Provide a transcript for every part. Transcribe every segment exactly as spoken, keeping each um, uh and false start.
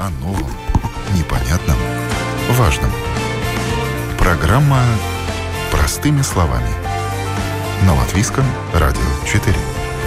о новом, непонятном, важном. Программа «Простыми словами» на Латвийском радио четыре.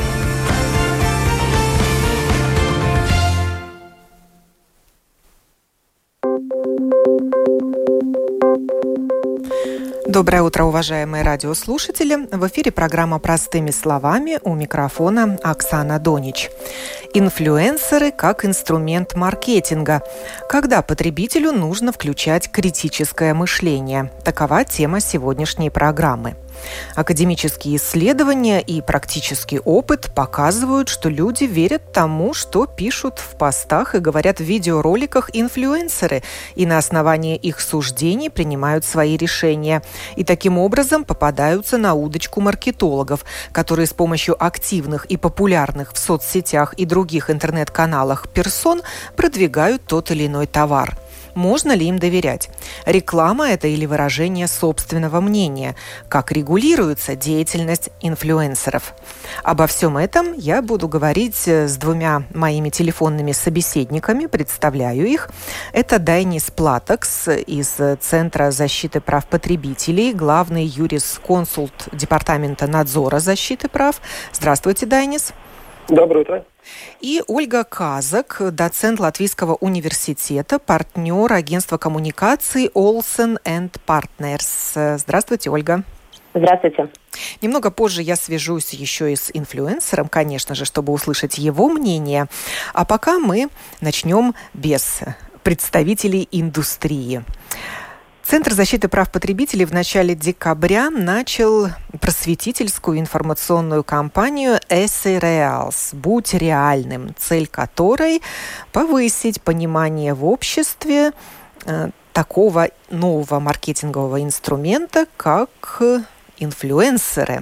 Доброе утро, уважаемые радиослушатели. В эфире программа «Простыми словами», у микрофона Оксана Донич. Инфлюенсеры как инструмент маркетинга. Когда потребителю нужно включать критическое мышление? Такова тема сегодняшней программы. Академические исследования и практический опыт показывают, что люди верят тому, что пишут в постах и говорят в видеороликах инфлюенсеры, и на основании их суждений принимают свои решения. И таким образом попадаются на удочку маркетологов, которые с помощью активных и популярных в соцсетях и других интернет-каналах персон продвигают тот или иной товар. Можно ли им доверять? Реклама – это или выражение собственного мнения? Как регулируется деятельность инфлюенсеров? Обо всем этом я буду говорить с двумя моими телефонными собеседниками. Представляю их. Это Дайнис Платакс из Центра защиты прав потребителей, главный юрисконсульт Департамента надзора защиты прав. Здравствуйте, Дайнис. Доброе утро. И Ольга Казак, доцент Латвийского университета, партнер агентства коммуникаций Olsen энд Partners. Здравствуйте, Ольга. Здравствуйте. Немного позже я свяжусь еще и с инфлюенсером, конечно же, чтобы услышать его мнение. А пока мы начнем без представителей индустрии. Центр защиты прав потребителей в начале декабря начал просветительскую информационную кампанию «Esi reāls» – «Будь реальным», цель которой – повысить понимание в обществе э, такого нового маркетингового инструмента, как инфлюенсеры,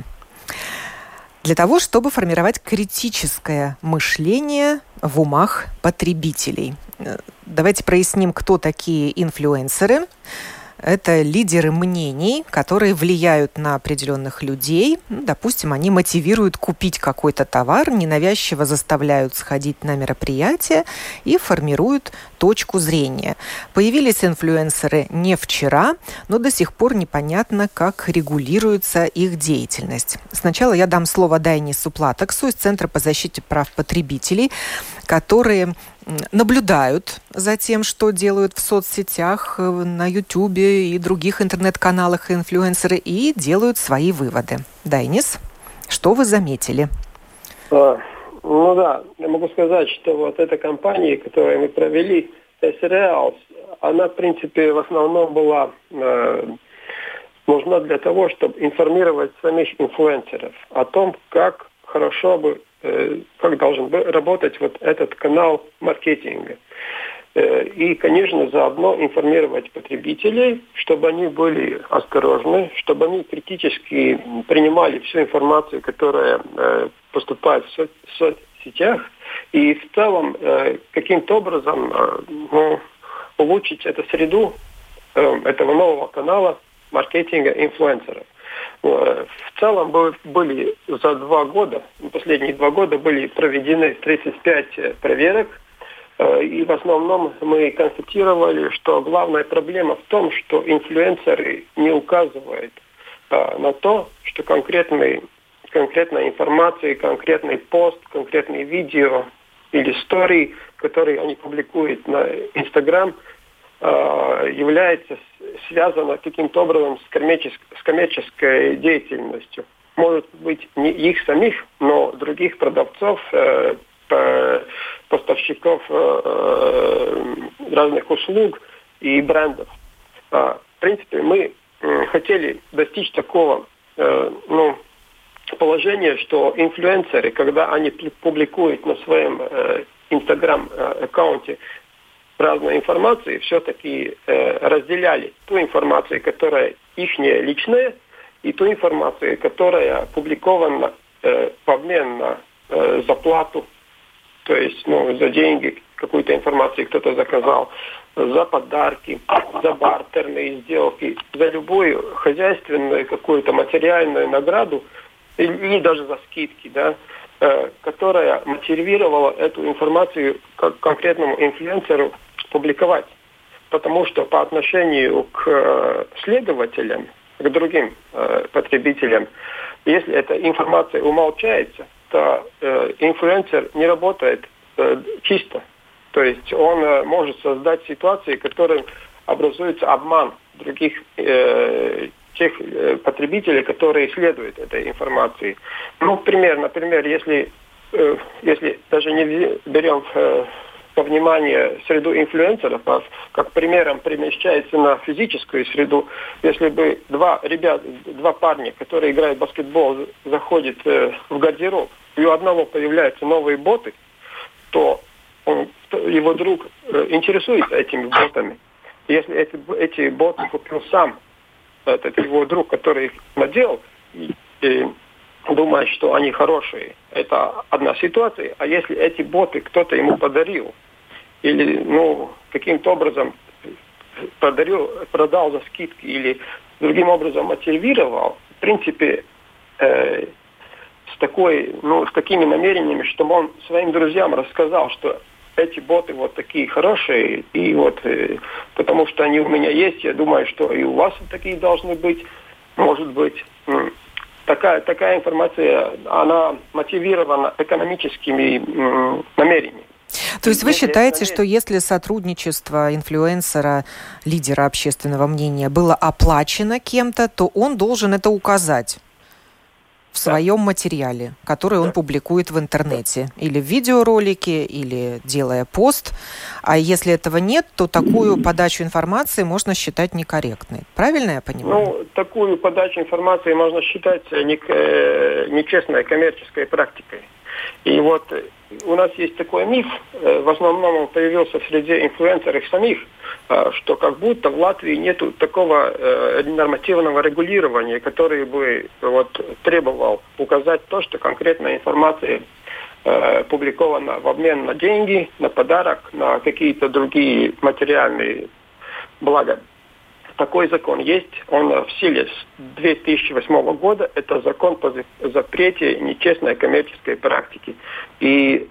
для того, чтобы формировать критическое мышление в умах потребителей. Давайте проясним, кто такие инфлюенсеры. Это лидеры мнений, которые влияют на определенных людей. Допустим, они мотивируют купить какой-то товар, ненавязчиво заставляют сходить на мероприятие и формируют точку зрения. Появились инфлюенсеры не вчера, но до сих пор непонятно, как регулируется их деятельность. Сначала я дам слово Дайнису Платаксу из Центра по защите прав потребителей, которые наблюдают за тем, что делают в соцсетях, на Ютубе и других интернет-каналах инфлюенсеры, и делают свои выводы. Дайнис, что вы заметили? А, ну да, я могу сказать, что вот эта кампания, которую мы провели, Esi reāls, она, в принципе, в основном была э, нужна для того, чтобы информировать самих инфлюенсеров о том, как хорошо бы как должен работать вот этот канал маркетинга. И, конечно, заодно информировать потребителей, чтобы они были осторожны, чтобы они критически принимали всю информацию, которая поступает в соцсетях, и в целом каким-то образом ну, улучшить эту среду этого нового канала маркетинга инфлюенсеров. В целом были за два года, последние два года были проведены тридцать пять проверок, и в основном мы констатировали, что главная проблема в том, что инфлюенсеры не указывают на то, что конкретный, конкретная информация, конкретный пост, конкретное видео или стори, которые они публикуют на Инстаграм, является связано каким-то образом с коммерческой, с коммерческой деятельностью. Может быть, не их самих, но других продавцов, э, поставщиков э, разных услуг и брендов. В принципе, мы хотели достичь такого э, ну, положения, что инфлюенсеры, когда они публикуют на своем э, Инстаграм-аккаунте разной информации, все-таки э, разделяли ту информацию, которая их личная, и ту информацию, которая опубликована э, в обмен на э, заплату, то есть ну, за деньги какую-то информацию кто-то заказал, за подарки, за бартерные сделки, за любую хозяйственную какую-то материальную награду или даже за скидки, да, э, которая мотивировала эту информацию как конкретному инфлюенсеру публиковать. Потому что по отношению к э, следователям, к другим э, потребителям, если эта информация умолчается, то э, инфлюенсер не работает э, чисто. То есть он э, может создать ситуации, в которых образуется обман других э, тех э, потребителей, которые следуют этой информации. Ну, пример, например, если, э, если даже не берем э, во внимание среду инфлюенсеров, а как примером перемещается на физическую среду, если бы два ребята, два парня, которые играют в баскетбол, заходят э, в гардероб, и у одного появляются новые боты, то он, его друг э, интересуется этими ботами. Если эти, эти боты купил сам этот его друг, который их надел, и, и думает, что они хорошие, это одна ситуация. А если эти боты кто-то ему подарил, или ну, каким-то образом подарил, продал за скидки, или другим образом мотивировал, в принципе, э, с, такой, ну, с такими намерениями, чтобы он своим друзьям рассказал, что эти боты вот такие хорошие, и вот э, потому что они у меня есть, я думаю, что и у вас такие должны быть. Может быть, э, такая, такая информация, она мотивирована экономическими э, намерениями. То есть вы считаете, что если сотрудничество инфлюенсера, лидера общественного мнения, было оплачено кем-то, то он должен это указать в своем материале, который он публикует в интернете, или в видеоролике, или делая пост. А если этого нет, то такую подачу информации можно считать некорректной. Правильно я понимаю? Ну, такую подачу информации можно считать нечестной коммерческой практикой. И вот у нас есть такой миф, в основном он появился среди инфлюенсеров самих, что как будто в Латвии нет такого нормативного регулирования, который бы вот, требовал указать то, что конкретная информация опубликована в обмен на деньги, на подарок, на какие-то другие материальные блага. Такой закон есть, он в силе с две тысячи восьмого года, это закон по запрете нечестной коммерческой практики. И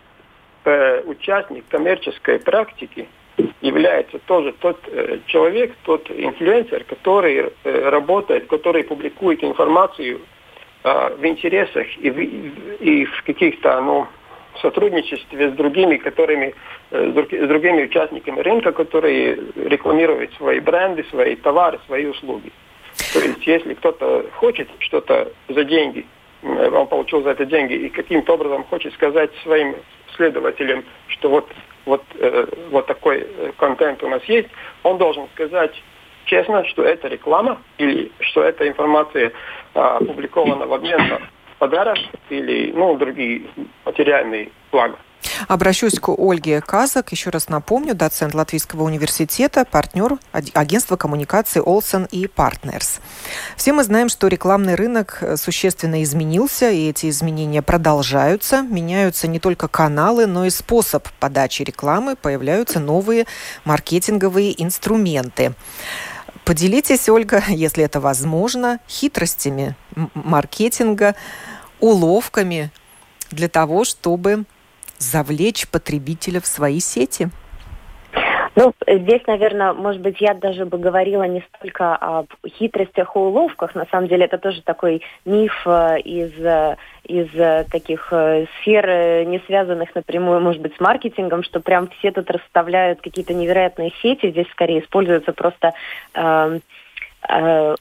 э, участник коммерческой практики является тоже тот э, человек, тот инфлюенсер, который э, работает, который публикует информацию э, в интересах и в, и в каких-то, ну, в сотрудничестве с другими, которыми, с другими участниками рынка, которые рекламируют свои бренды, свои товары, свои услуги. То есть, если кто-то хочет что-то за деньги, он получил за это деньги, и каким-то образом хочет сказать своим следователям, что вот, вот, вот такой контент у нас есть, он должен сказать честно, что это реклама, или что эта информация опубликована в обмен на подарок или ну, другие материальные блага. Обращусь к Ольге Казак. Еще раз напомню, доцент Латвийского университета, партнер агентства коммуникации Олсен и Partners. Все мы знаем, что рекламный рынок существенно изменился, и эти изменения продолжаются. Меняются не только каналы, но и способ подачи рекламы. Появляются новые маркетинговые инструменты. Поделитесь, Ольга, если это возможно, хитростями маркетинга, уловками для того, чтобы завлечь потребителя в свои сети. Ну, здесь, наверное, может быть, я даже бы говорила не столько об хитростях и уловках. На самом деле, это тоже такой миф из, из таких сфер, не связанных напрямую, может быть, с маркетингом, что прям все тут расставляют какие-то невероятные сети. Здесь скорее используются просто э, э,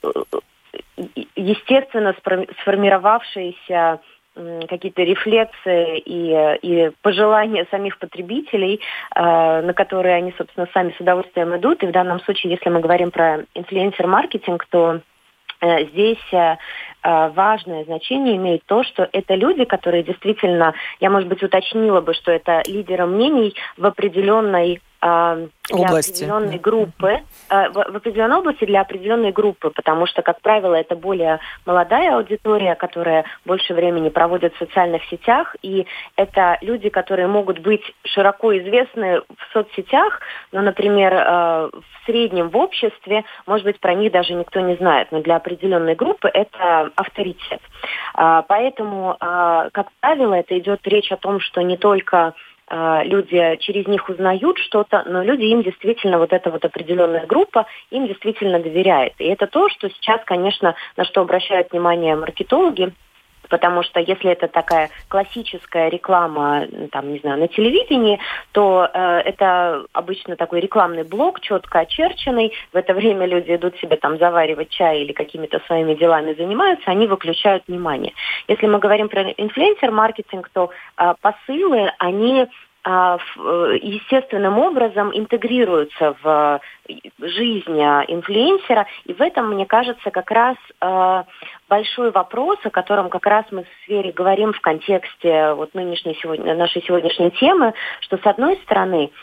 естественно сформировавшиеся какие-то рефлексы и, и пожелания самих потребителей, э, на которые они, собственно, сами с удовольствием идут. И в данном случае, если мы говорим про инфлюенсер-маркетинг, то э, здесь э, важное значение имеет то, что это люди, которые действительно, я, может быть, уточнила бы, что это лидеры мнений в определенной для области. определенной группы, в определенной области для определенной группы, потому что, как правило, это более молодая аудитория, которая больше времени проводит в социальных сетях, и это люди, которые могут быть широко известны в соцсетях, но, например, в среднем в обществе, может быть, про них даже никто не знает, но для определенной группы это авторитет. Поэтому, как правило, это идет речь о том, что не только люди через них узнают что-то, но люди, им действительно вот эта вот определенная группа, им действительно доверяет. И это то, что сейчас, конечно, на что обращают внимание маркетологи, потому что если это такая классическая реклама, там, не знаю, на телевидении, то э, это обычно такой рекламный блок, четко очерченный. В это время люди идут себе там заваривать чай или какими-то своими делами занимаются, они выключают внимание. Если мы говорим про инфлюенсер-маркетинг, то э, посылы, они естественным образом интегрируются в жизнь инфлюенсера. И в этом, мне кажется, как раз большой вопрос, о котором как раз мы с Верой говорим в контексте вот нынешней сегодня, нашей сегодняшней темы, что, с одной стороны,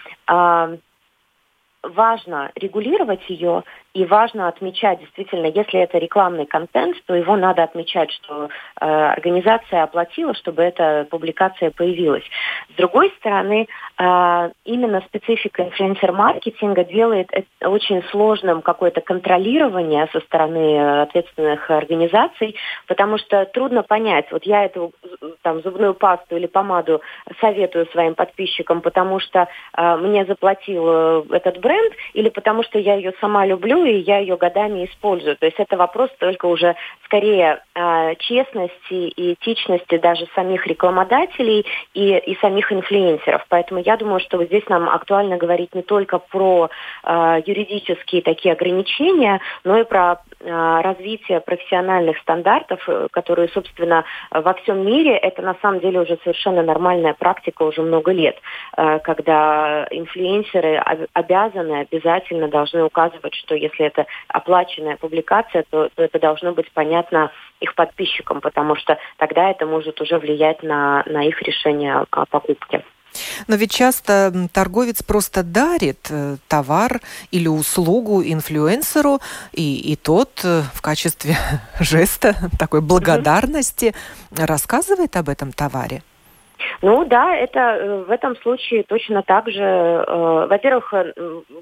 важно регулировать ее, и важно отмечать, действительно, если это рекламный контент, то его надо отмечать, что э, организация оплатила, чтобы эта публикация появилась. С другой стороны, э, именно специфика инфлюенсер-маркетинга делает это очень сложным какое-то контролирование со стороны ответственных организаций, потому что трудно понять, вот я эту там, зубную пасту или помаду советую своим подписчикам, потому что э, мне заплатил этот бренд, или потому что я ее сама люблю, и я ее годами использую. То есть это вопрос только уже скорее э, честности и этичности даже самих рекламодателей и, и самих инфлюенсеров. Поэтому я думаю, что здесь нам актуально говорить не только про э, юридические такие ограничения, но и про э, развитие профессиональных стандартов, которые, собственно, во всем мире, это на самом деле уже совершенно нормальная практика уже много лет, э, когда инфлюенсеры обязаны, обязательно должны указывать, что если это оплаченная публикация, то, то это должно быть понятно их подписчикам, потому что тогда это может уже влиять на, на их решение о покупке. Но ведь часто торговец просто дарит товар или услугу инфлюенсеру, и, и тот в качестве жеста такой благодарности mm-hmm. рассказывает об этом товаре. Ну да, это в этом случае точно так же. Э, во-первых, э,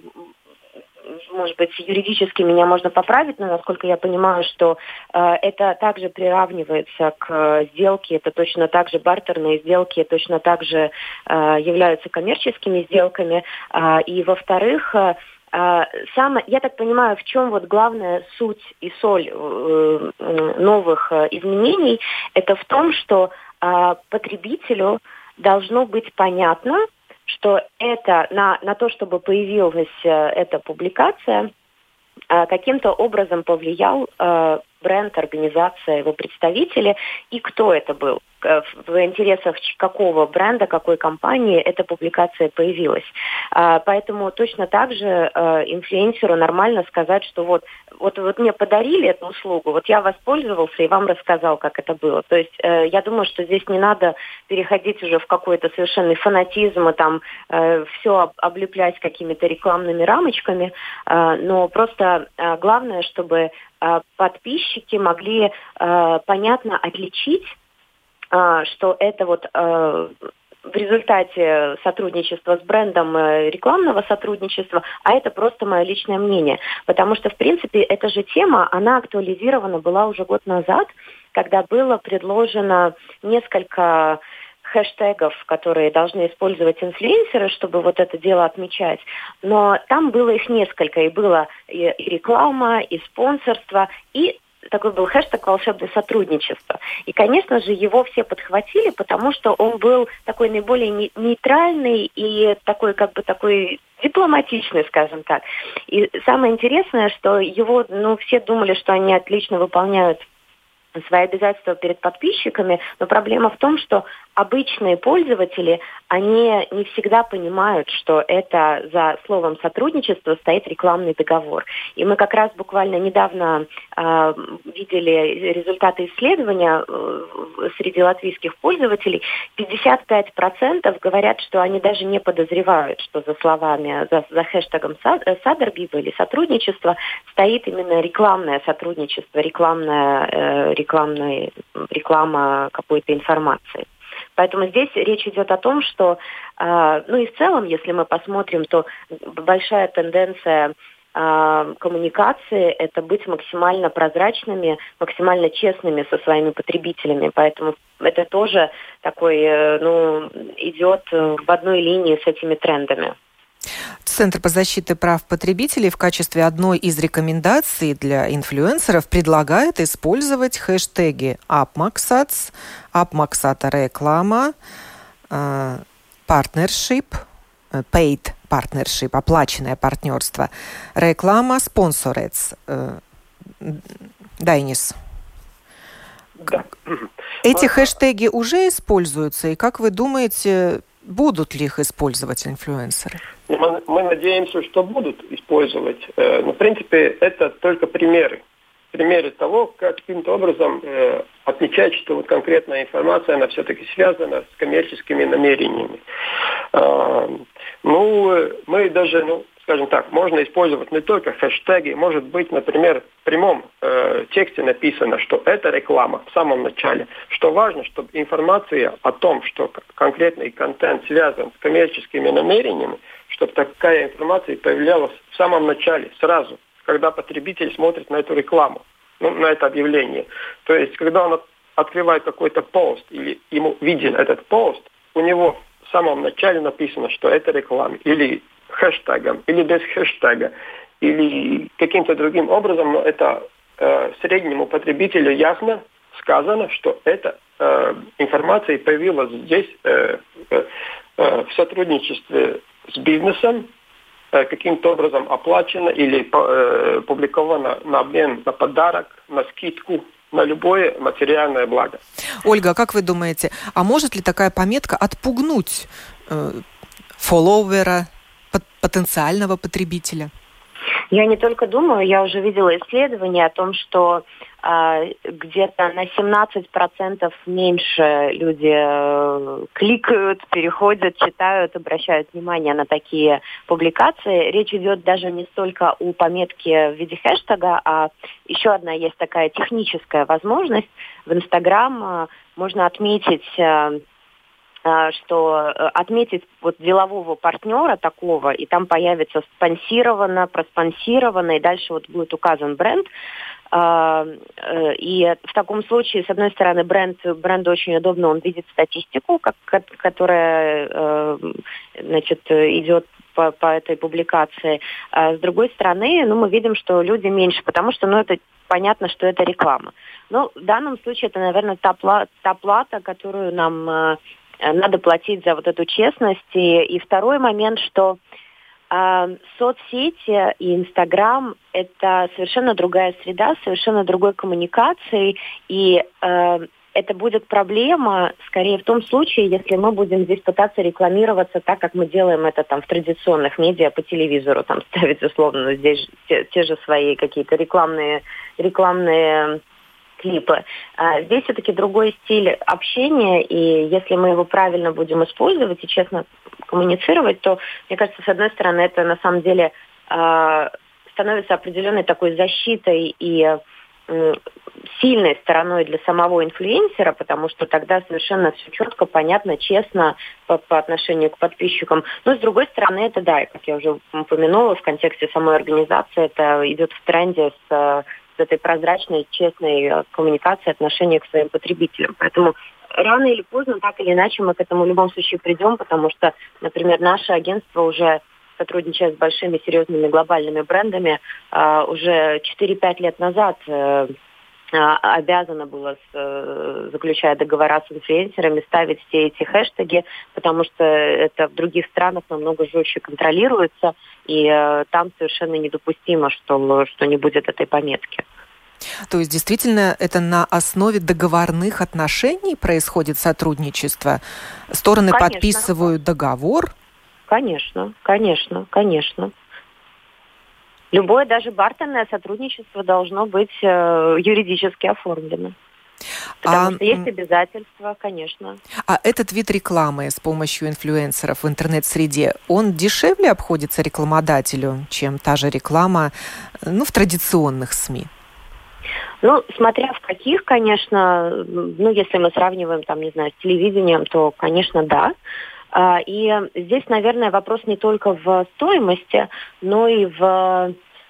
может быть, юридически меня можно поправить, но, насколько я понимаю, что э, это также приравнивается к э, сделке, это точно так же бартерные сделки, точно так же э, являются коммерческими сделками. Э, и, во-вторых, э, Сам, я так понимаю, в чем вот главная суть и соль э, новых э, изменений, это в том, что э, потребителю должно быть понятно, что это на, на то, чтобы появилась э, эта публикация, э, каким-то образом повлиял э, бренд, организация, его представители, и кто это был. В интересах какого бренда, какой компании эта публикация появилась. Поэтому точно так же инфлюенсеру нормально сказать, что вот, вот, вот мне подарили эту услугу, вот я воспользовался и вам рассказал, как это было. То есть я думаю, что здесь не надо переходить уже в какой-то совершенный фанатизм и там все облеплять какими-то рекламными рамочками, но просто главное, чтобы подписчики могли понятно отличить, что это вот э, в результате сотрудничества с брендом, э, рекламного сотрудничества, а это просто мое личное мнение. Потому что, в принципе, эта же тема, она актуализирована была уже год назад, когда было предложено несколько хэштегов, которые должны использовать инфлюенсеры, чтобы вот это дело отмечать. Но там было их несколько, и было и, и реклама, и спонсорство, и такой был хэштег «волшебное сотрудничество». И, конечно же, его все подхватили, потому что он был такой наиболее нейтральный и такой, как бы, такой дипломатичный, скажем так. И самое интересное, что его, ну, все думали, что они отлично выполняют свои обязательства перед подписчиками, но проблема в том, что обычные пользователи, они не всегда понимают, что это за словом сотрудничество стоит рекламный договор. И мы как раз буквально недавно э, видели результаты исследования э, среди латвийских пользователей. пятьдесят пять процентов говорят, что они даже не подозревают, что за словами, за, за хэштегом «садарбиба» или «сотрудничество» стоит именно рекламное сотрудничество, рекламная, э, рекламная, реклама какой-то информации. Поэтому здесь речь идет о том, что, э, ну и в целом, если мы посмотрим, то большая тенденция э, коммуникации – это быть максимально прозрачными, максимально честными со своими потребителями. Поэтому это тоже такой, э, ну, идет в одной линии с этими трендами. Центр по защите прав потребителей в качестве одной из рекомендаций для инфлюенсеров предлагает использовать хэштеги «апмаксац», «апмаксата реклама», «партнершип», «paid partnership», «оплаченное партнерство», «реклама спонсорец». Дайнис. Да. Эти хэштеги уже используются, и как вы думаете, будут ли их использовать инфлюенсеры? Мы, мы надеемся, что будут использовать. Но, в принципе, это только примеры. Примеры того, как каким-то образом э, отмечать, что вот конкретная информация, она все-таки связана с коммерческими намерениями. Э, ну, мы даже, ну, скажем так, можно использовать не только хэштеги, может быть, например, в прямом э, тексте написано, что это реклама в самом начале. Что важно, чтобы информация о том, что конкретный контент связан с коммерческими намерениями, чтобы такая информация появлялась в самом начале, сразу, когда потребитель смотрит на эту рекламу, ну, на это объявление. То есть, когда он открывает какой-то пост, или ему виден этот пост, у него в самом начале написано, что это реклама, или хэштегом, или без хэштега, или каким-то другим образом, но это э, среднему потребителю ясно сказано, что эта э, информация появилась здесь э, э, э, в сотрудничестве с бизнесом, каким-то образом оплачено или э, публиковано на обмен, на подарок, на скидку, на любое материальное благо. Ольга, как вы думаете, а может ли такая пометка отпугнуть э, фолловера, потенциального потребителя? Я не только думаю, я уже видела исследования о том, что э, где-то на семнадцать процентов меньше люди э, кликают, переходят, читают, обращают внимание на такие публикации. Речь идет даже не столько о пометке в виде хэштега, а еще одна есть такая техническая возможность. В Инстаграм э, можно отметить... Э, что отметить вот делового партнера такого, и там появится спонсировано, проспонсировано, и дальше вот будет указан бренд. И в таком случае, с одной стороны, бренд, бренду очень удобно, он видит статистику, как, которая значит, идет по, по этой публикации. А с другой стороны, ну, мы видим, что люди меньше, потому что, ну, это понятно, что это реклама. Но в данном случае это, наверное, та плата, та плата которую нам надо платить за вот эту честность. И, и второй момент, что э, соцсети и Инстаграм – это совершенно другая среда, совершенно другой коммуникации. И э, это будет проблема скорее в том случае, если мы будем здесь пытаться рекламироваться так, как мы делаем это там в традиционных медиа по телевизору, там ставить условно здесь те, те же свои какие-то рекламные, рекламные клипы. А здесь все-таки другой стиль общения, и если мы его правильно будем использовать и честно коммуницировать, то, мне кажется, с одной стороны, это на самом деле э, становится определенной такой защитой и э, сильной стороной для самого инфлюенсера, потому что тогда совершенно все четко, понятно, честно по, по отношению к подписчикам. Но, с другой стороны, это, да, как я уже упомянула, в контексте самой организации, это идет в тренде с этой прозрачной, честной коммуникации, отношения к своим потребителям. Поэтому рано или поздно, так или иначе, мы к этому в любом случае придем, потому что, например, наше агентство уже сотрудничая с большими серьезными глобальными брендами, уже четыре-пять лет назад обязано было, заключая договора с инфлюенсерами, ставить все эти хэштеги, потому что это в других странах намного жестче контролируется, и там совершенно недопустимо, что, что не будет этой пометки. То есть действительно это на основе договорных отношений происходит сотрудничество? Стороны Конечно. подписывают договор? Конечно, конечно, конечно. Любое, даже бартерное сотрудничество должно быть э, юридически оформлено. Потому а, что есть обязательства, конечно. А этот вид рекламы с помощью инфлюенсеров в интернет-среде, он дешевле обходится рекламодателю, чем та же реклама, ну, в традиционных СМИ? Ну, смотря в каких, конечно, ну, если мы сравниваем, там, не знаю, с телевидением, то, конечно, да. И здесь, наверное, вопрос не только в стоимости, но и в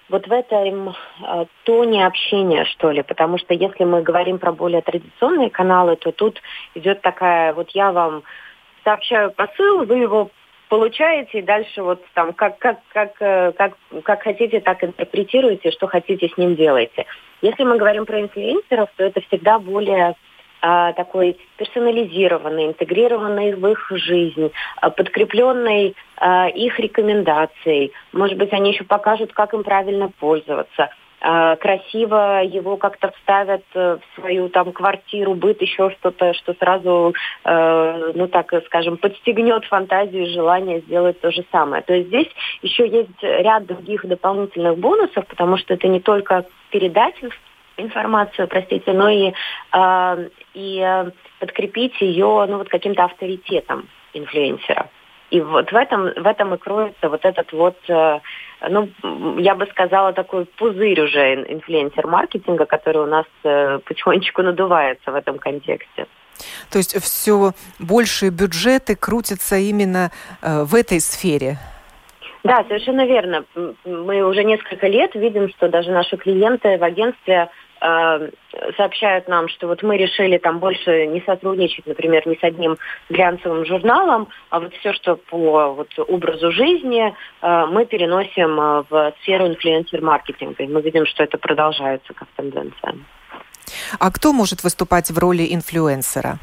вот в этом э, тоне общения, что ли, потому что если мы говорим про более традиционные каналы, то тут идет такая, вот я вам сообщаю посыл, вы его получаете, и дальше вот там как, как, как, как, как хотите, так интерпретируете, что хотите, с ним делаете. Если мы говорим про инфлюенсеров, то это всегда более а, такой персонализированный, интегрированный в их жизнь, а, подкрепленный а, их рекомендацией. Может быть, они еще покажут, как им правильно пользоваться. Красиво его как-то вставят в свою там квартиру, быт, еще что-то, что сразу, э, ну так скажем, подстегнет фантазию и желание сделать то же самое. То есть здесь еще есть ряд других дополнительных бонусов, потому что это не только передать информацию, простите, но и, э, и подкрепить ее, ну вот каким-то авторитетом инфлюенсера. И вот в этом, в этом и кроется вот этот вот, ну, я бы сказала, такой пузырь уже инфлюенсер-маркетинга, который у нас потихонечку надувается в этом контексте. То есть все большие бюджеты крутятся именно в этой сфере? Да, совершенно верно. Мы уже несколько лет видим, что даже наши клиенты в агентстве сообщают нам, что вот мы решили там больше не сотрудничать, например, ни с одним глянцевым журналом, а вот все, что по вот образу жизни, мы переносим в сферу инфлюенсер-маркетинга. И мы видим, что это продолжается как тенденция. А кто может выступать в роли инфлюенсера?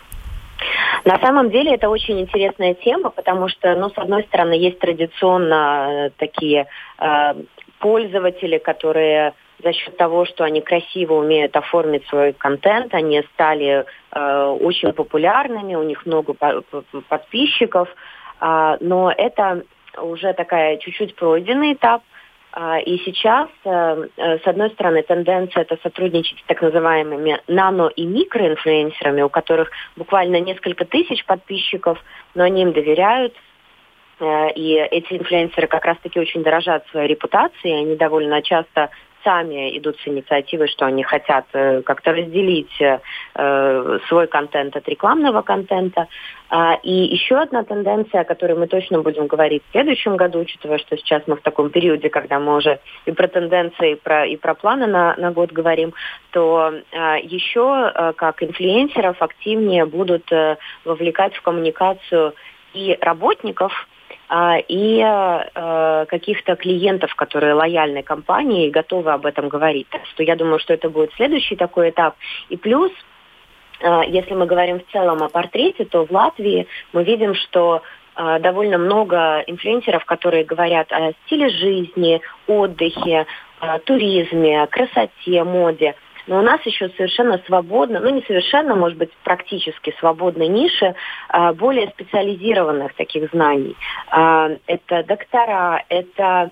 На самом деле это очень интересная тема, потому что, ну, с одной стороны, есть традиционно такие э, пользователи, которые за счет того, что они красиво умеют оформить свой контент, они стали э, очень популярными, у них много по- подписчиков, э, но это уже такая чуть-чуть пройденный этап. Э, и сейчас, э, э, с одной стороны, тенденция это сотрудничать с так называемыми нано- и микроинфлюенсерами, у которых буквально несколько тысяч подписчиков, но они им доверяют. Э, и эти инфлюенсеры как раз-таки очень дорожат своей репутацией, они довольно часто сами идут с инициативой, что они хотят э, как-то разделить э, свой контент от рекламного контента. А, и еще одна тенденция, о которой мы точно будем говорить в следующем году, учитывая, что сейчас мы в таком периоде, когда мы уже и про тенденции, и про, и про планы на, на год говорим, то э, еще э, как инфлюенсеров активнее будут э, вовлекать в коммуникацию и работников, и э, каких-то клиентов, которые лояльны компании и готовы об этом говорить. Так что я думаю, что это будет следующий такой этап. И плюс, э, если мы говорим в целом о портрете, то в Латвии мы видим, что э, довольно много инфлюенсеров, которые говорят о стиле жизни, отдыхе, э, туризме, красоте, моде. Но у нас еще совершенно свободно, ну не совершенно, может быть, практически свободной ниши более специализированных таких знаний. Это доктора, это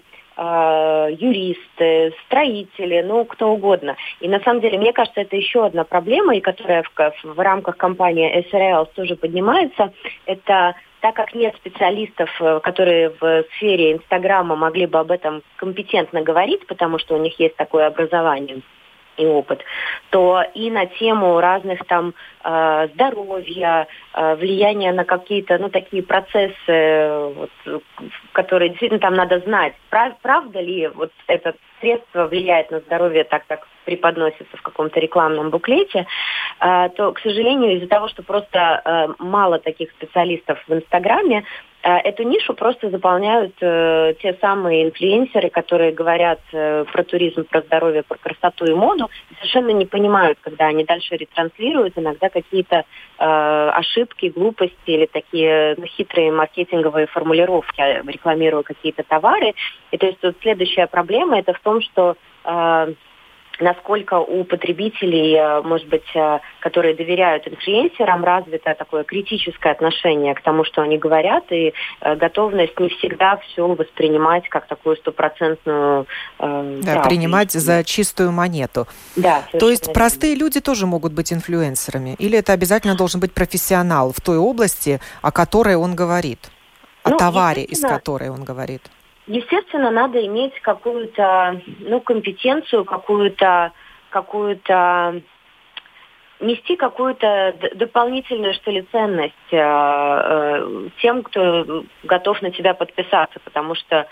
юристы, строители, ну кто угодно. И на самом деле, мне кажется, это еще одна проблема, и которая в, в рамках компании эс эр эл тоже поднимается, это так как нет специалистов, которые в сфере Инстаграма могли бы об этом компетентно говорить, потому что у них есть такое образование и опыт, то и на тему разных там э, здоровья, э, влияния на какие-то, ну, такие процессы, вот, которые действительно там надо знать, прав, правда ли вот это средство влияет на здоровье так, как преподносится в каком-то рекламном буклете, э, то, к сожалению, из-за того, что просто э, мало таких специалистов в Инстаграме, эту нишу просто заполняют э, те самые инфлюенсеры, которые говорят э, про туризм, про здоровье, про красоту и моду, и совершенно не понимают, когда они дальше ретранслируют иногда какие-то э, ошибки, глупости или такие ну, хитрые маркетинговые формулировки, рекламируя какие-то товары. И то есть тут следующая проблема это в том, что э, насколько у потребителей, может быть, которые доверяют инфлюенсерам, развито такое критическое отношение к тому, что они говорят, и готовность не всегда все воспринимать как такую стопроцентную э, да, правду. Принимать за чистую монету. Да, то есть верно. Простые люди тоже могут быть инфлюенсерами? Или это обязательно должен быть профессионал в той области, о которой он говорит? О ну, товаре, из которой он говорит? Естественно, надо иметь какую-то, ну, компетенцию, какую-то, какую-то, нести какую-то д- дополнительную, что ли, ценность э, э, тем, кто готов на тебя подписаться, потому что,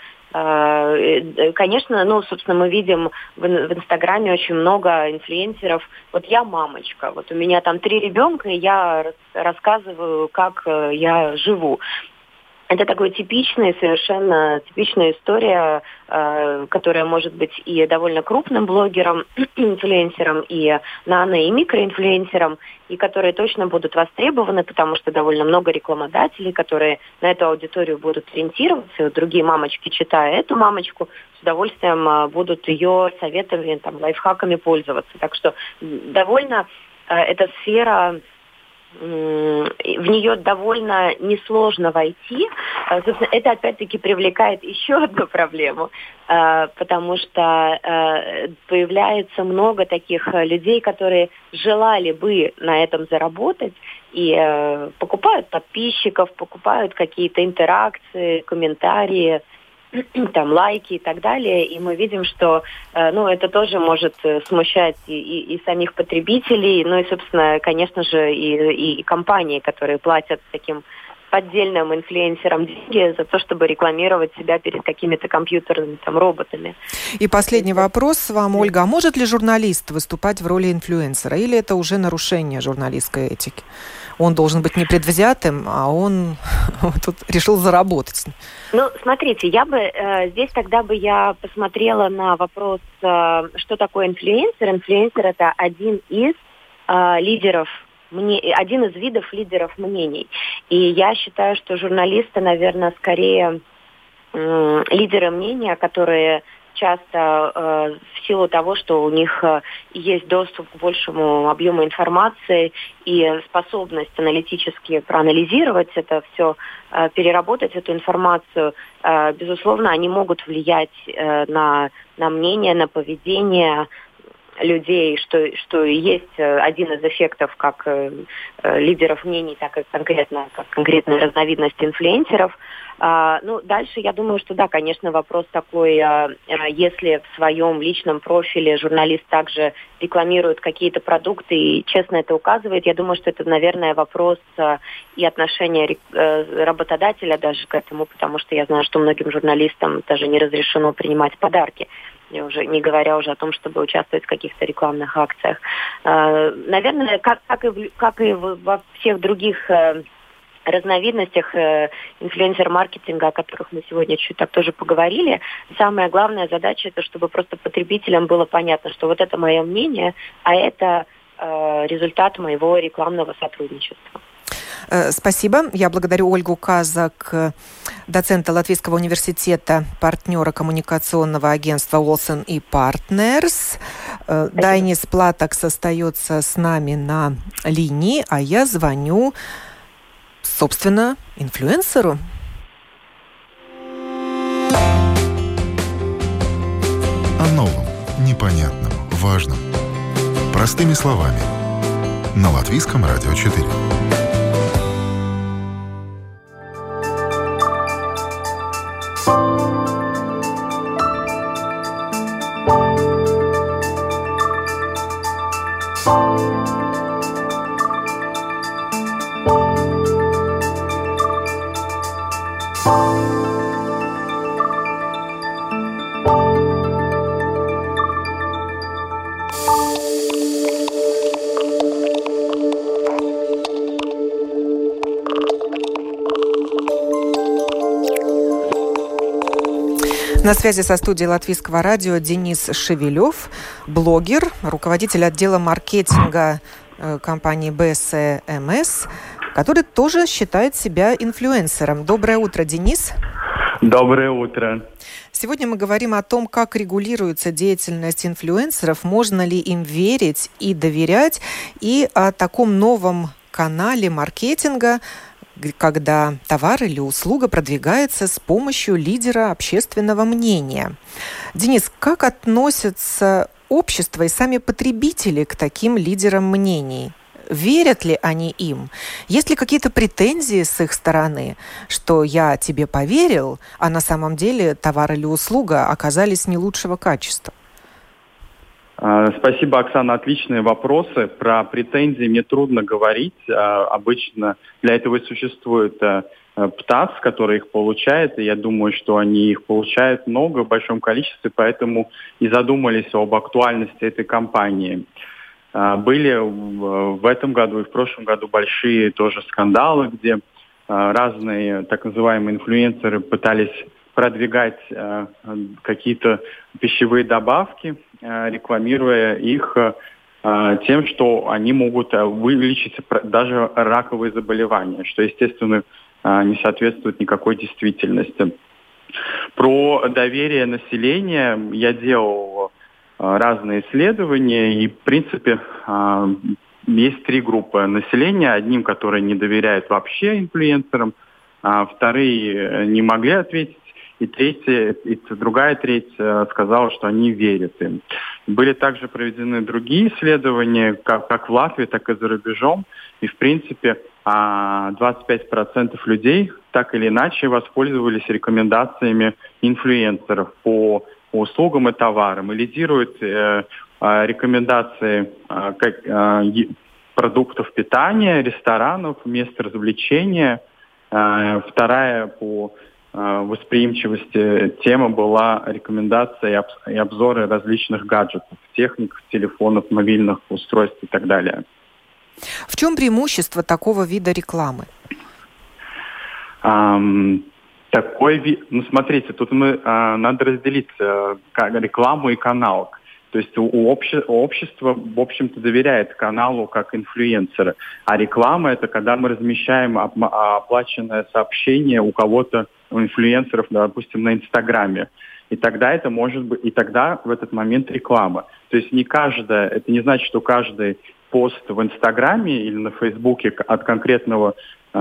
э, конечно, ну, собственно, мы видим в, в Инстаграме очень много инфлюенсеров. Вот я мамочка, вот у меня там три ребенка, и я рас- рассказываю, как э, я живу. Это такая типичная, совершенно типичная история, э, которая может быть и довольно крупным блогером, инфлюенсером, и нано- и микроинфлюенсером, и которые точно будут востребованы, потому что довольно много рекламодателей, которые на эту аудиторию будут ориентироваться. И вот другие мамочки, читая эту мамочку, с удовольствием э, будут ее советами, там, лайфхаками пользоваться. Так что довольно э, эта сфера... в нее довольно несложно войти. Собственно, это опять-таки привлекает еще одну проблему, потому что появляется много таких людей, которые желали бы на этом заработать и покупают подписчиков, покупают какие-то интеракции, комментарии, там лайки и так далее, и мы видим, что э, ну, это тоже может смущать и, и, и самих потребителей, ну и, собственно, конечно же, и, и компании, которые платят таким поддельным инфлюенсерам деньги за то, чтобы рекламировать себя перед какими-то компьютерными там, роботами. И последний вопрос вам, Ольга. А может ли журналист выступать в роли инфлюенсера, или это уже нарушение журналистской этики? Он должен быть непредвзятым, а он тут решил заработать. Ну, смотрите, я бы э, здесь тогда бы я посмотрела на вопрос, э, что такое инфлюенсер. Инфлюенсер – это один из э, лидеров, мне, один из видов лидеров мнений. И я считаю, что журналисты, наверное, скорее э, лидеры мнения, которые часто э, в силу того, что у них э, есть доступ к большему объему информации и способность аналитически проанализировать это все, э, переработать эту информацию, э, безусловно, они могут влиять э, на, на мнение, на поведение людей, что, что и есть один из эффектов как э, лидеров мнений, так и конкретно, как конкретная разновидность инфлюенсеров. А, ну, дальше я думаю, что да, конечно, вопрос такой, а, а, если в своем личном профиле журналист также рекламирует какие-то продукты и честно это указывает, я думаю, что это, наверное, вопрос а, и отношения а, работодателя даже к этому, потому что я знаю, что многим журналистам даже не разрешено принимать подарки. Уже, не говоря уже о том, чтобы участвовать в каких-то рекламных акциях. Э, наверное, как, как, и, в, как и во всех других э, разновидностях э, инфлюенсер-маркетинга, о которых мы сегодня чуть так тоже поговорили, самая главная задача – это чтобы просто потребителям было понятно, что вот это мое мнение, а это э, результат моего рекламного сотрудничества. Спасибо. Я благодарю Ольгу Казак, доцента Латвийского университета, партнера коммуникационного агентства Olsen и Partners. Дайнис Платакс остается с нами на линии, а я звоню, собственно, инфлюенсеру. О новом, непонятном, важном. Простыми словами. На Латвийском радио четыре. На связи со студией Латвийского радио Денис Шевелев, блогер, руководитель отдела маркетинга компании би эс эм эс, который тоже считает себя инфлюенсером. Доброе утро, Денис. Доброе утро. Сегодня мы говорим о том, как регулируется деятельность инфлюенсеров, можно ли им верить и доверять, и о таком новом канале маркетинга, когда товар или услуга продвигается с помощью лидера общественного мнения. Денис, как относятся общество и сами потребители к таким лидерам мнений? Верят ли они им? Есть ли какие-то претензии с их стороны, что я тебе поверил, а на самом деле товар или услуга оказались не лучшего качества? Спасибо, Оксана. Отличные вопросы. Про претензии мне трудно говорить. Обычно для этого и существует ПТАС, который их получает, и я думаю, что они их получают много, в большом количестве, поэтому и задумались об актуальности этой кампании. Были в этом году и в прошлом году большие тоже скандалы, где разные так называемые инфлюенсеры пытались продвигать какие-то пищевые добавки, рекламируя их тем, что они могут вылечить даже раковые заболевания, что, естественно, не соответствует никакой действительности. Про доверие населения я делал разные исследования, и, в принципе, есть три группы населения. Одним, которые не доверяют вообще инфлюенсерам, а вторые не могли ответить, и третья, и другая треть сказала, что они верят им. Были также проведены другие исследования, как, как в Латвии, так и за рубежом, и, в принципе, двадцать пять процентов людей так или иначе воспользовались рекомендациями инфлюенсеров по услугам и товарам. И лидируют э, рекомендации э, как, э, продуктов питания, ресторанов, мест развлечения. Э, вторая по э, восприимчивости тема была рекомендация и обзоры различных гаджетов, техник, телефонов, мобильных устройств и так далее. В чем преимущество такого вида рекламы? Um, такой вид... Ну, смотрите, тут мы, uh, надо разделить uh, рекламу и канал. То есть у, у, обще... у общества, в общем-то, доверяет каналу как инфлюенсеры. А реклама – это когда мы размещаем оп- оплаченное сообщение у кого-то, у инфлюенсеров, допустим, на Инстаграме. И тогда это может быть, и тогда в этот момент реклама. То есть не каждая, это не значит, что каждый пост в Инстаграме или на Фейсбуке от конкретного э,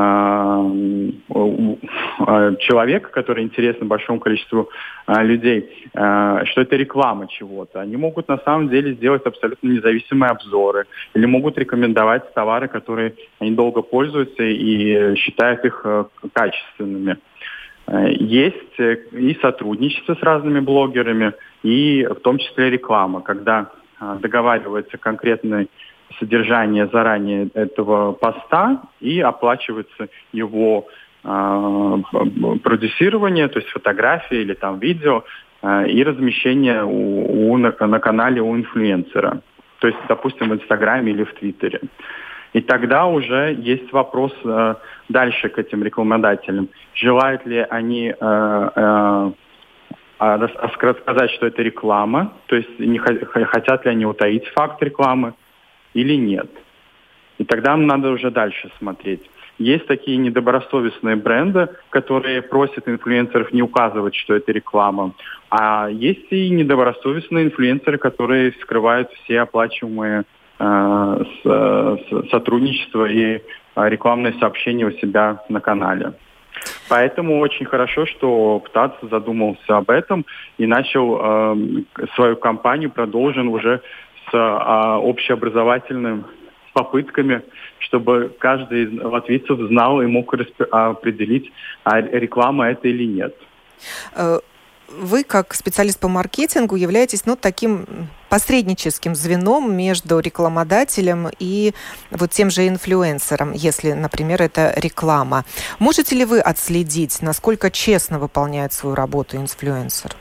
человека, который интересен большому количеству э, людей, э, что это реклама чего-то. Они могут на самом деле сделать абсолютно независимые обзоры или могут рекомендовать товары, которые они долго пользуются и считают их э, качественными. Есть и сотрудничество с разными блогерами, и в том числе реклама, когда договаривается конкретное содержание заранее этого поста и оплачивается его э, продюсирование, то есть фотографии или там видео, э, и размещение у, у, на, на канале у инфлюенсера, то есть, допустим, в Инстаграме или в Твиттере. И тогда уже есть вопрос э, дальше к этим рекламодателям. Желают ли они э, э, рассказать, что это реклама, то есть не хотят ли они утаить факт рекламы или нет. И тогда нам надо уже дальше смотреть. Есть такие недобросовестные бренды, которые просят инфлюенсеров не указывать, что это реклама. А есть и недобросовестные инфлюенсеры, которые скрывают все оплачиваемые э, с, с, сотрудничества и э, рекламные сообщения у себя на канале. Поэтому очень хорошо, что ПТАС задумался об этом и начал э, свою кампанию, продолжен уже с э, общеобразовательным попытками, чтобы каждый из латвийцев знал и мог определить, а реклама это или нет. Вы, как специалист по маркетингу, являетесь ну, таким посредническим звеном между рекламодателем и вот тем же инфлюенсером, если, например, это реклама. Можете ли вы отследить, насколько честно выполняет свою работу инфлюенсер?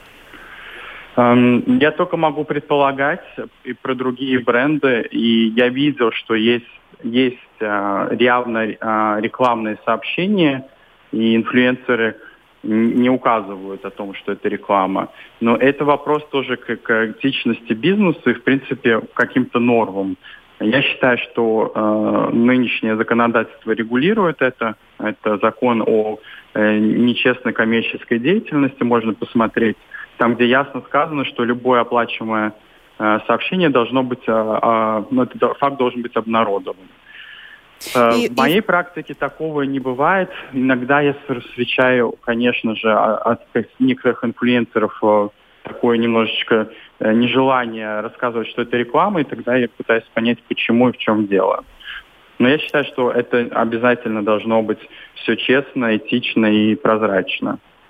Я только могу предполагать и про другие бренды, и я видел, что есть, есть явно рекламные сообщения, и инфлюенсеры не указывают о том, что это реклама. Но это вопрос тоже к, к этичности бизнеса и, в принципе, к каким-то нормам. Я считаю, что э, нынешнее законодательство регулирует это. Это закон о э, нечестной коммерческой деятельности, можно посмотреть. Там, где ясно сказано, что любое оплачиваемое э, сообщение должно быть, э, э, ну, этот факт должен быть обнародован. Э, и, в моей и... практике такого не бывает. Иногда я встречаю, конечно же, от некоторых инфлюенсеров э, такое немножечко э, нежелание рассказывать, что это реклама, и тогда я пытаюсь понять, почему и в чем дело. Но я считаю, что это обязательно должно быть все честно, этично и прозрачно.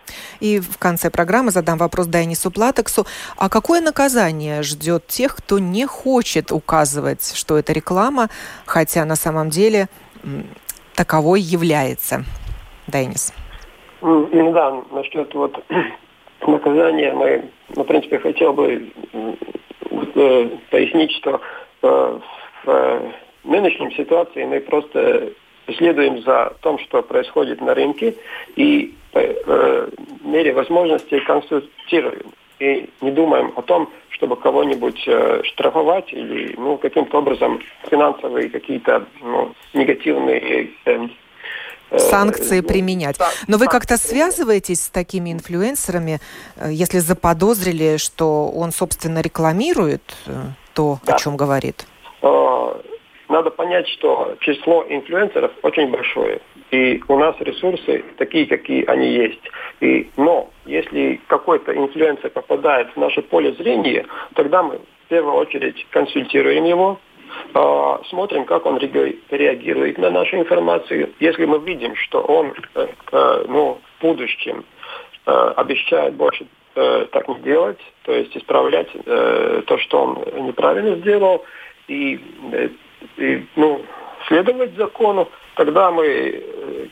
И в конце программы задам вопрос Дайнису Платексу. А какое наказание ждет тех, кто не хочет указывать, что это реклама, хотя на самом деле таковой является? Дайнис. Ну да, насчет вот наказания мы, ну, в принципе, хотел бы э, пояснить, что э, в нынешней ситуации мы просто следуем за тем, что происходит на рынке, и по э, мере возможности консультируем. И не думаем о том, чтобы кого-нибудь э, штрафовать или ну, каким-то образом финансовые какие-то ну, негативные э, санкции применять. Но вы как-то связываетесь с такими инфлюенсерами, если заподозрили, что он, собственно, рекламирует то, да. о чем говорит? Надо понять, что число инфлюенсеров очень большое. И у нас ресурсы такие, какие они есть. И, но если какой-то инфлюенсер попадает в наше поле зрения, тогда мы в первую очередь консультируем его, смотрим, как он реагирует на нашу информацию. Если мы видим, что он ну, в будущем обещает больше так не делать, то есть исправлять то, что он неправильно сделал, и, и ну, следовать закону, тогда мы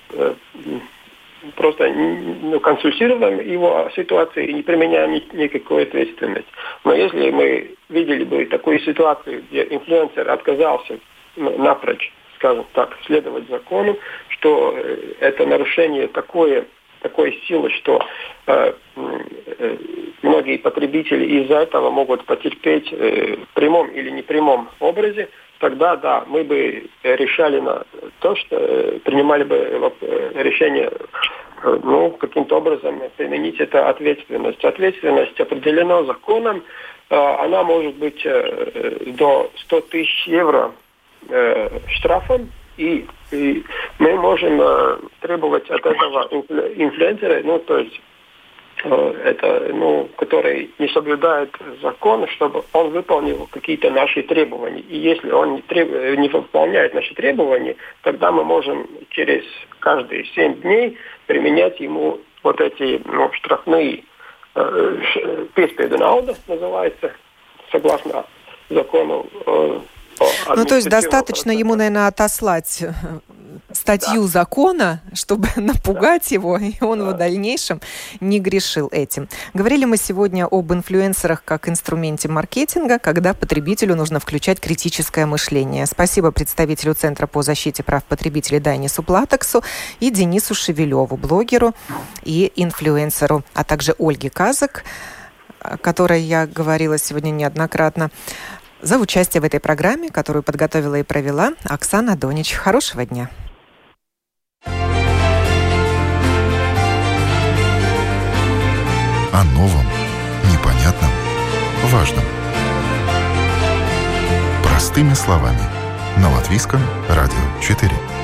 просто ну, консультируем его о ситуации и не применяем ни, никакой ответственности. Но если мы видели бы такую ситуацию, где инфлюенсер отказался напрочь, скажем так, следовать закону, что это нарушение такое, такой силы, что э, э, многие потребители из-за этого могут потерпеть э, в прямом или непрямом образе, тогда, да, мы бы решали на то, что принимали бы решение, ну, каким-то образом применить эту ответственность. Ответственность определена законом, она может быть до сто тысяч евро штрафом, и, и мы можем требовать от этого инфлюенсера, ну, то есть это, ну, который не соблюдает закон, чтобы он выполнил какие-то наши требования. И если он не, треб... не выполняет наши требования, тогда мы можем через каждые семь дней применять ему вот эти ну, штрафные э, писпейда науда, называется, согласно закону. Э, ну, то есть достаточно процесса. Ему, наверное, отослать статью да. закона, чтобы напугать да. его, и он да. в дальнейшем не грешил этим. Говорили мы сегодня об инфлюенсерах как инструменте маркетинга, когда потребителю нужно включать критическое мышление. Спасибо представителю Центра по защите прав потребителей Дайнису Платексу и Денису Шевелеву, блогеру и инфлюенсеру, а также Ольге Казак, о которой я говорила сегодня неоднократно, за участие в этой программе, которую подготовила и провела Оксана Донич. Хорошего дня. О новом, непонятном, важном. Простыми словами. На Латвийском радио четыре.